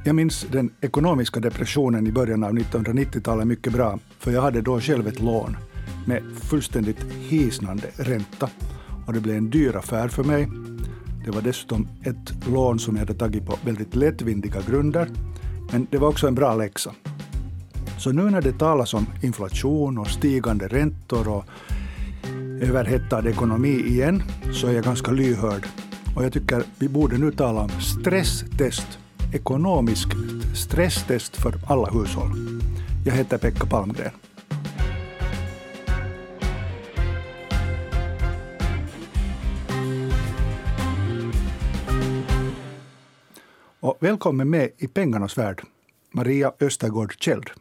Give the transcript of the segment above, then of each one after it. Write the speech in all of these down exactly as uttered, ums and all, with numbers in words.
Jag minns den ekonomiska depressionen i början av nittonhundranittiotalet mycket bra, för jag hade då själv ett lån med fullständigt hisnande ränta och det blev en dyr affär för mig. Det var dessutom ett lån som jag hade tagit på väldigt lättvindiga grunder, men det var också en bra läxa. Så nu när det talas om inflation och stigande räntor och överhettad ekonomi igen, så är jag ganska lyhörd. Och jag tycker vi borde nu tala om stresstest, ekonomiskt stresstest för alla hushåll. Jag heter Pekka Palmgren. Och välkommen med i pengarnas värld, Maria Östergård Kjeld.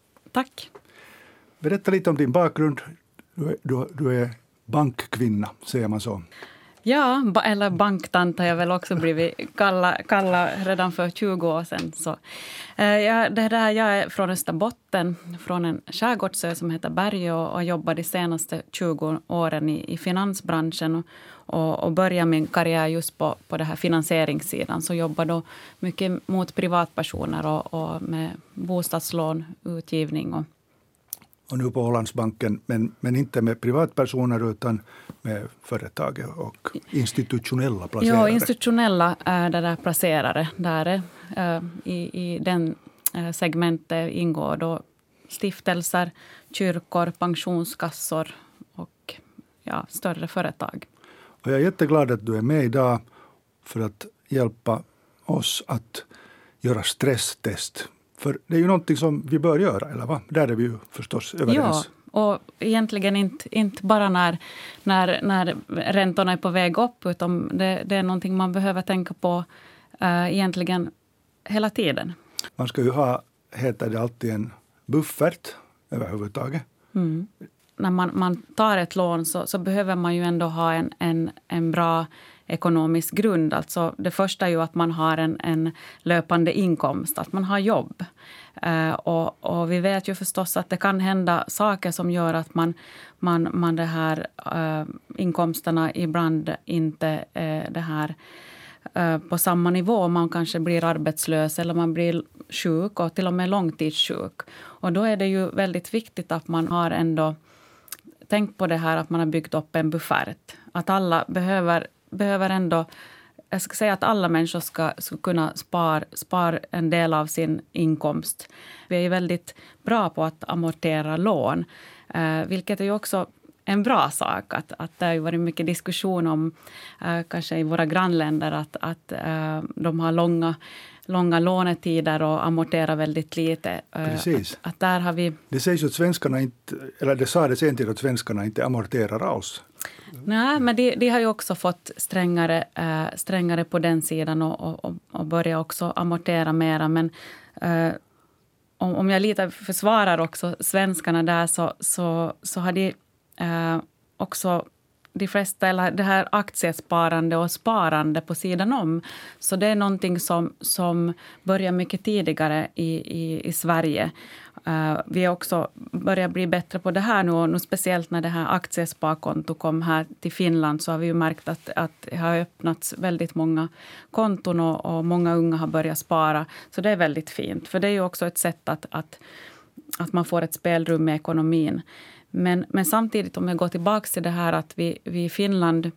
Tack. Berätta lite om din bakgrund. Du är, du, du är bankkvinna, säger man så. Ja, eller banktant har jag väl också blivit kalla, kalla redan för tjugo år sedan. Så, eh, jag, det där, jag är från Österbotten, från en skärgårdsö som heter Berg och, och jobbar de senaste tjugo åren i, i finansbranschen och, och, och börjar min karriär just på, på det här finansieringssidan. Så jobbar då mycket mot privatpersoner och, och med bostadslån, utgivning och Och nu på Ålandsbanken, men, men inte med privatpersoner utan med företag och institutionella placerare. Ja, institutionella är det där placerare. Där är, i, I den segmentet ingår då stiftelser, kyrkor, pensionskassor och ja, större företag. Och jag är jätteglad att du är med idag för att hjälpa oss att göra stresstest. För det är ju någonting som vi bör göra, eller va? Där är vi ju förstås överens. Ja, och egentligen inte, inte bara när, när, när räntorna är på väg upp, utan det, det är någonting man behöver tänka på äh, egentligen hela tiden. Man ska ju ha, heter det alltid, en buffert överhuvudtaget. Mm. När man, man tar ett lån så, så behöver man ju ändå ha en, en, en bra ekonomisk grund. Alltså det första är ju att man har en, en löpande inkomst, att man har jobb. Uh, och, och vi vet ju förstås att det kan hända saker som gör att man, man, man det här, uh, inkomsterna ibland inte är det här uh, på samma nivå. Man kanske blir arbetslös eller man blir sjuk och till och med långtidssjuk. Och då är det ju väldigt viktigt att man har ändå tänkt på det här att man har byggt upp en buffert. Att alla behöver behöver ändå, jag ska säga att alla människor ska, ska kunna spara spar en del av sin inkomst. Vi är väldigt bra på att amortera lån, eh, vilket är ju också en bra sak. Att, att det har ju varit mycket diskussion om, eh, kanske i våra grannländer, att, att eh, de har långa, långa lånetider och amorterar väldigt lite. Precis. Att, att där har vi... Det sägs att svenskarna inte, eller det sa det sen till att svenskarna inte amorterar alls. Nej, men de, de har ju också fått strängare, äh, strängare på den sidan och, och, och börjar också amortera mera. Men äh, om, om jag lite försvarar också svenskarna där så, så, så har de äh, också de flesta, eller det här aktiesparande och sparande på sidan om. Så det är någonting som, som börjar mycket tidigare i, i, i Sverige. Uh, vi har också börjat bli bättre på det här nu, och nu speciellt när det här aktiesparkonto kom här till Finland, så har vi ju märkt att, att det har öppnats väldigt många konton och, och många unga har börjat spara. Så det är väldigt fint, för det är ju också ett sätt att, att, att man får ett spelrum med ekonomin. Men, men samtidigt, om jag går tillbaka till det här att vi, vi i Finland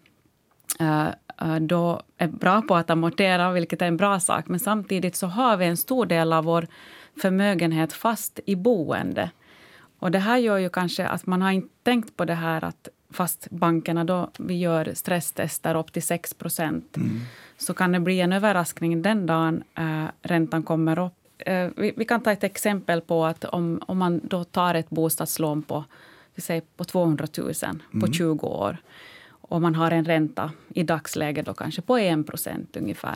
uh, uh, då är bra på att amortera, vilket är en bra sak. Men samtidigt så har vi en stor del av vår förmögenhet fast i boende. Och det här gör ju kanske att man har inte tänkt på det här att fast bankerna då vi gör stresstester upp till sex procent. Mm. Så kan det bli en överraskning den dagen äh, räntan kommer upp. Äh, vi, vi kan ta ett exempel på att om, om man då tar ett bostadslån på, vi säger på tvåhundratusen mm. på tjugo år. Och man har en ränta i dagsläget då kanske på en procent ungefär.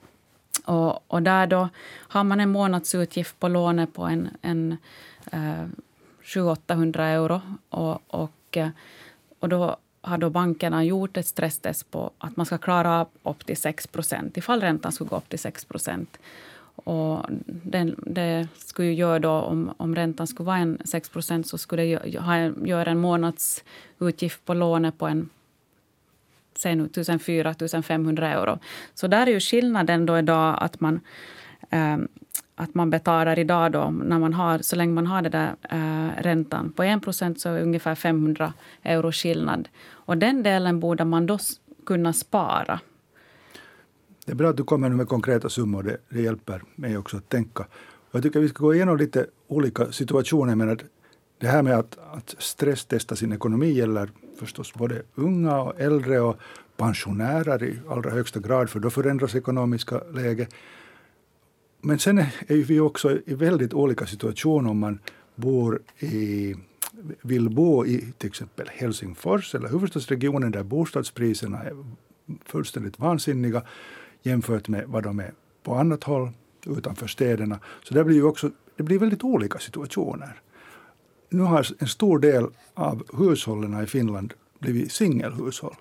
Och, och där då har man en månadsutgift på lånet på en, en eh, sju till åttahundra euro. Och, och, och då har då bankerna gjort ett stresstest på att man ska klara upp till sex procent. Ifall räntan skulle gå upp till sex procent. Och den, det skulle ju göra då, om, om räntan skulle vara en sex procent, så skulle det ha, göra en månadsutgift på lånet på en säg nu fjorton tusen femhundra euro. Så där är ju skillnaden då idag att man eh, att man betalar idag då, när man har, så länge man har det där eh, räntan på en procent så är ungefär femhundra euro skillnad. Och den delen borde man då kunna spara. Det är bra att du kommer med konkreta summor. Det, det hjälper mig också att tänka. Och jag tycker att vi ska gå igenom lite olika situationer. Men att det här med att, att stresstesta sin ekonomi gäller förstås både unga och äldre och pensionärer i allra högsta grad. För då förändras ekonomiska läge. Men sen är, är vi också i väldigt olika situationer om man bor i, vill bo i till exempel Helsingfors eller huvudstadsregionen där bostadspriserna är fullständigt vansinniga jämfört med vad de är på annat håll utanför städerna. Så det blir ju också, det blir väldigt olika situationer. Nu har en stor del av hushållen i Finland blivit singelhushåll.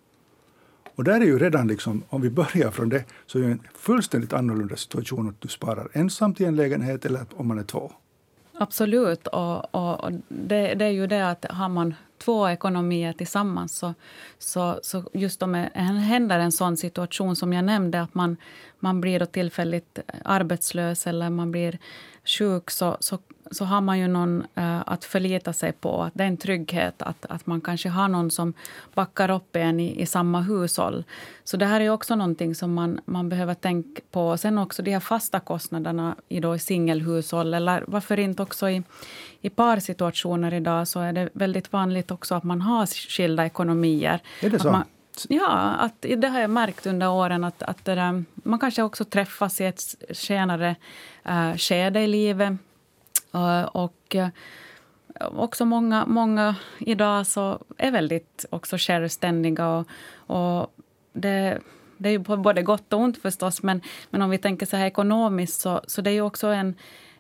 Och där är ju redan, liksom, om vi börjar från det, så är det en fullständigt annorlunda situation att du sparar ensam till en lägenhet eller om man är två. Absolut, och, och, och det, det är ju det att har man två ekonomier tillsammans så, så, så just om det händer en sån situation som jag nämnde, att man, man blir då tillfälligt arbetslös eller man blir sjuk, så, så, så har man ju någon uh, att förlita sig på. Att det är en trygghet att, att man kanske har någon som backar upp en i, i samma hushåll. Så det här är också någonting som man, man behöver tänka på. Sen också de här fasta kostnaderna i, då, i singelhushåll, eller varför inte också i, i parsituationer idag, så är det väldigt vanligt också att man har skilda ekonomier. Är det så? Man, ja, att, det har jag märkt under åren att, att det där, man kanske också träffas i ett senare uh, skede i livet. Uh, och uh, också många, många idag så är väldigt också självständiga och, och det, det är ju både gott och ont förstås, men, men om vi tänker så här ekonomiskt så, så det är ju också en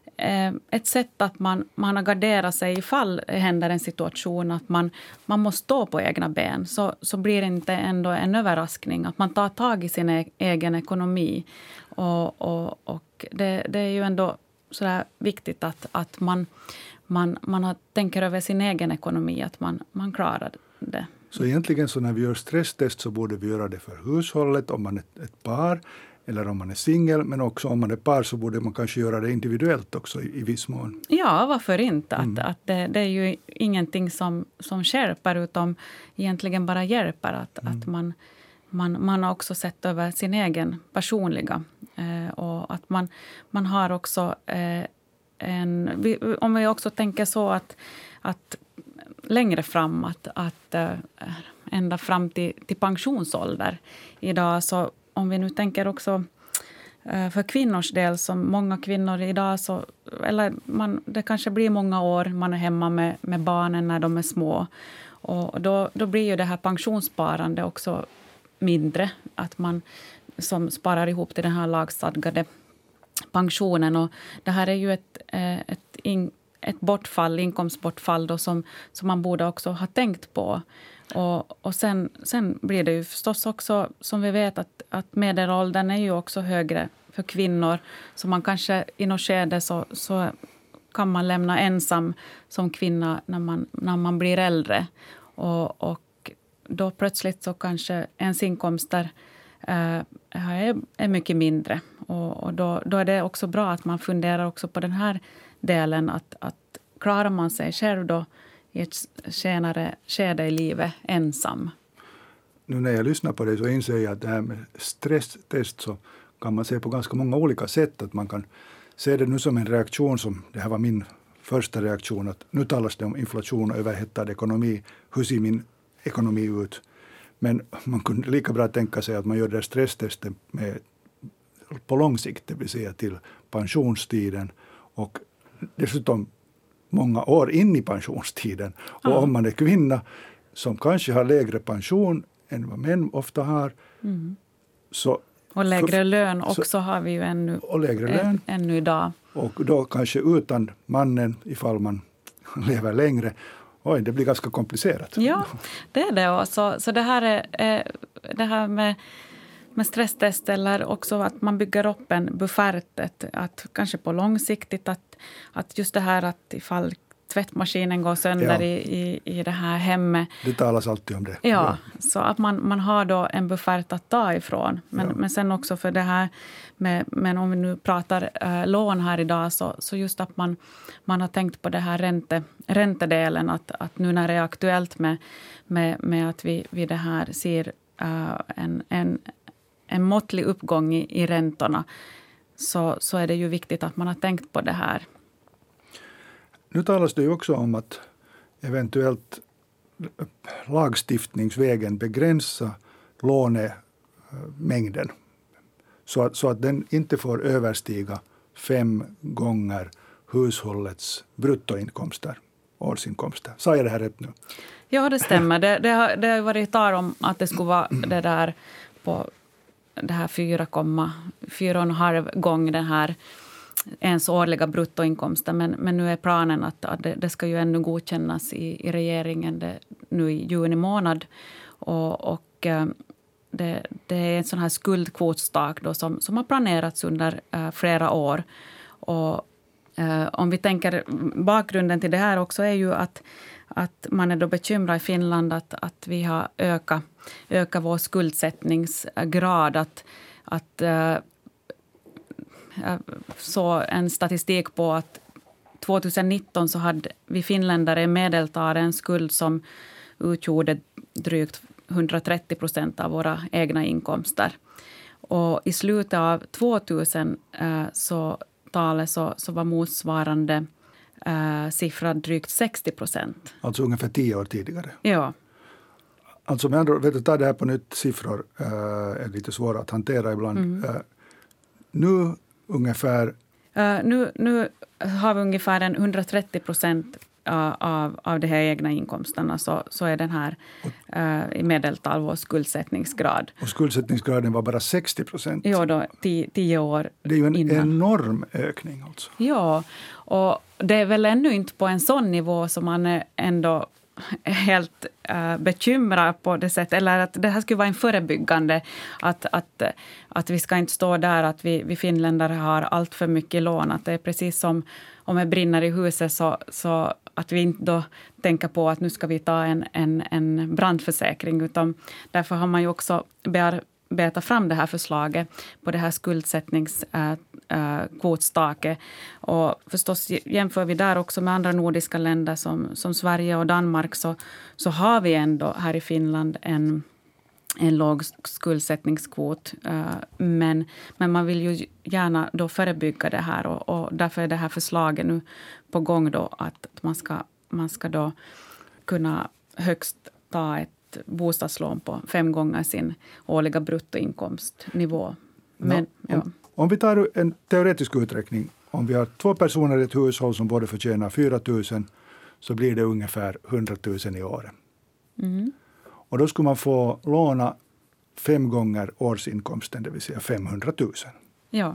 ett sätt att man, man har garderat sig ifall det händer en situation att man, man måste stå på egna ben, så, så blir det inte ändå en överraskning att man tar tag i sin e- egen ekonomi. Och, och, och det, det är ju ändå så där viktigt att, att man, man, man har, tänker över sin egen ekonomi, att man, man klarar det. Så egentligen så när vi gör stresstest så borde vi göra det för hushållet om man är ett par eller om man är singel, men också om man är par så borde man kanske göra det individuellt också i, i viss mån. Ja, varför inte? Att, Mm. att det, det är ju ingenting som, som skärper utan egentligen bara hjälper. Att, mm. att man, man, man har också sett över sin egen personliga. Eh, och att man, man har också eh, en... Vi, om vi också tänker så att, att längre fram, att, att äh, ända fram till, till pensionsålder idag, så om vi nu tänker också äh, för kvinnors del, som många kvinnor idag så, eller man, det kanske blir många år man är hemma med, med barnen när de är små, och då, då blir ju det här pensionssparande också mindre, att man som sparar ihop till den här lagstadgade pensionen, och det här är ju ett, äh, ett in, ett bortfall, inkomstbortfall då, som, som man borde också ha tänkt på. Och, och sen, sen blir det ju förstås också, som vi vet, att, att medelåldern är ju också högre för kvinnor. Så man kanske i något skede så, så kan man lämna ensam som kvinna när man, när man blir äldre. Och, och då plötsligt så kanske ens inkomster äh, är, är mycket mindre. Och, och då, då är det också bra att man funderar också på den här delen, att, att klarar man sig själv då i ett senare skede i livet ensam. Nu när jag lyssnar på det så inser jag att det här med stresstest så kan man se på ganska många olika sätt. Att man kan se det nu som en reaktion, som det här var min första reaktion, att nu talas det om inflation och överhettad ekonomi. Hur ser min ekonomi ut? Men man kunde lika bra tänka sig att man gör det stresstestet med, på lång sikt, det vill säga till pensionstiden och dessutom många år in i pensionstiden. Och ja. Om man är kvinna som kanske har lägre pension än vad män ofta har. Mm. Så, och lägre för, lön också så, har vi ju ännu, och lägre lön. ä, ännu idag. Och då kanske utan mannen, ifall man lever längre. Oj, det blir ganska komplicerat. Ja, det är det. Och så, så det här är det här med med stresstest, eller också att man bygger upp en buffert, att kanske på långsiktigt att, att just det här att ifall tvättmaskinen går sönder Ja. i, i, i det här hemmet. Det talas alltid om det. Ja, Ja. så att man, man har då en buffert att ta ifrån. Men, Ja. men sen också för det här, med, men om vi nu pratar äh, lån här idag, så, så just att man, man har tänkt på det här ränte, räntedelen, att, att nu när det är aktuellt med, med, med att vi, vi det här ser äh, en, en, en måttlig uppgång i, i räntorna, så, så är det ju viktigt att man har tänkt på det här. Nu talas det ju också om att eventuellt lagstiftningsvägen begränsa lånemängden så att, så att den inte får överstiga fem gånger hushållets bruttoinkomster, årsinkomster. Sa jag det här rätt nu? Ja, det stämmer. Det, det, har, det har varit tal om att det skulle vara det där på det här fyra komma fyra och en halv gång den här ens årliga bruttoinkomster. Men, men nu är planen att, att det, det ska ju ännu godkännas i, i regeringen det, nu i juni månad. Och, och det, det är en sån här skuldkvotstak då som, som har planerats under uh, flera år. Och uh, om vi tänker, bakgrunden till det här också är ju att, att man är då bekymrad i Finland att, att vi har ökat, ökat vår skuldsättningsgrad. Att, att uh, så en statistik på att tjugonitton så hade vi finländare medeltal en skuld som utgjorde drygt hundratrettio procent av våra egna inkomster. Och i slutet av tvåtusen eh, så, talet så, så var motsvarande eh, siffra drygt sextio procent. Alltså ungefär tio år tidigare. Ja. Alltså med andra, vet du, ta det här på nytt, siffror äh, är lite svåra att hantera ibland. Mm. Äh, nu ungefär... Uh, nu, nu har vi ungefär en hundratrettio procent uh, av, av de här egna inkomsterna, så, så är den här uh, i medeltal vår skuldsättningsgrad. Och skuldsättningsgraden var bara sextio procent. Ja, då tio, tio år Det är ju en innan. enorm ökning alltså. Ja, och det är väl ännu inte på en sån nivå som man är ändå helt uh, bekymrad på det sättet, eller att det här skulle vara en förebyggande, att, att, att vi ska inte stå där att vi, vi finländare har allt för mycket lån, att det är precis som om det brinner i huset, så, så att vi inte då tänker på att nu ska vi ta en, en, en brandförsäkring, utan därför har man ju också bearbetat fram det här förslaget på det här skuldsättningskvotstaket. Och förstås jämför vi där också med andra nordiska länder som, som Sverige och Danmark, så, så har vi ändå här i Finland en, en låg skuldsättningskvot. Men, men man vill ju gärna då förebygga det här, och, och därför är det här förslaget nu på gång då att man ska, man ska då kunna högst ta ett bostadslån på fem gånger sin årliga bruttoinkomstnivå. Men, no, om, ja. om vi tar en teoretisk uträkning, om vi har två personer i ett hushåll som både förtjänar fyra tusen, så blir det ungefär hundra tusen i året. Mm. Och då skulle man få låna fem gånger årsinkomsten, det vill säga femhundratusen. Ja.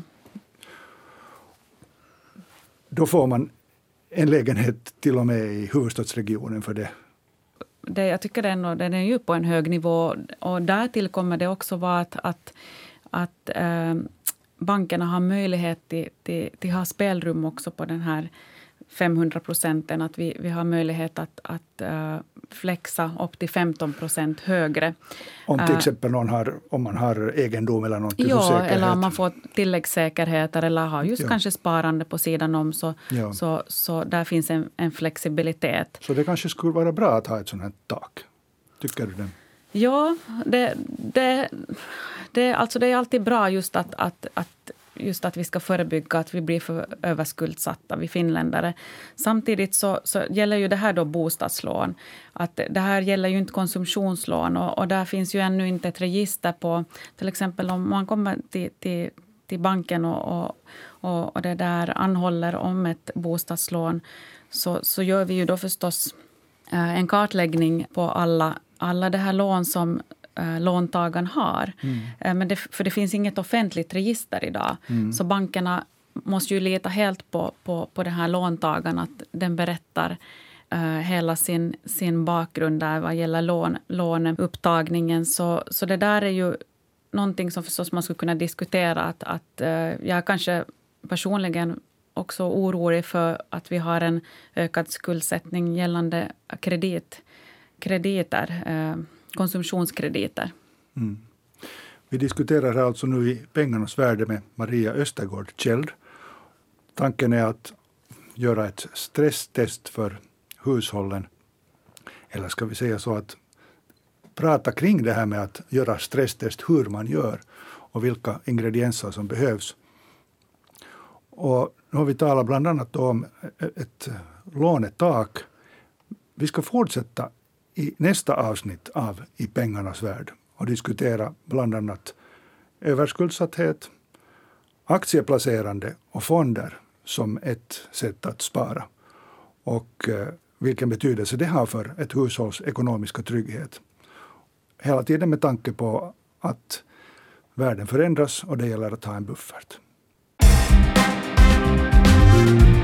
Då får man en lägenhet till och med i huvudstadsregionen för det. Det, jag tycker den, den är ju på en hög nivå, och därtill kommer det också vara att, att, att eh, bankerna har möjlighet till, till, till ha spelrum också på den här femhundra procenten, att vi, vi har möjlighet att, att uh, flexa upp till femton procent högre. Om till exempel någon har, om man har egendom eller något. Ja, eller om man får tilläggssäkerheter eller har just ja. kanske sparande på sidan om, så, ja. så, så där finns en, en flexibilitet. Så det kanske skulle vara bra att ha ett sådant här tak. Tycker du det? Ja, det, det, det, alltså det är alltid bra just att, att, att just att vi ska förebygga att vi blir för överskuldsatta, vi finländare. Samtidigt så, så gäller ju det här då bostadslån. Att det här gäller ju inte konsumtionslån, och, och där finns ju ännu inte ett register på, till exempel om man kommer till, till, till banken och, och, och, och det där anhåller om ett bostadslån, så, så gör vi ju då förstås eh, en kartläggning på alla, alla det här lån som låntagaren har. Mm. Men det, för det finns inget offentligt register idag. Mm. Så bankerna måste ju lita helt på, på, på den här låntagaren, att den berättar uh, hela sin, sin bakgrund där vad gäller lån, låneupptagningen. Så, så det där är ju någonting som förstås man skulle kunna diskutera. Att, att uh, jag kanske personligen också orolig för att vi har en ökad skuldsättning gällande kredit, krediter, eh, konsumtionskrediter. Mm. Vi diskuterar alltså nu i Pengarnas värde med Maria Östergård Kjeld. Tanken är att göra ett stresstest för hushållen. Eller ska vi säga så att prata kring det här med att göra stresstest, hur man gör och vilka ingredienser som behövs. Och nu har vi talat bland annat om ett lånetak. Vi ska fortsätta i nästa avsnitt av I Pengarnas värld och diskutera bland annat överskuldsatthet, aktieplacerande och fonder som ett sätt att spara och eh, vilken betydelse det har för ett hushålls ekonomiska trygghet. Hela tiden med tanke på att världen förändras och det gäller att ha en buffert.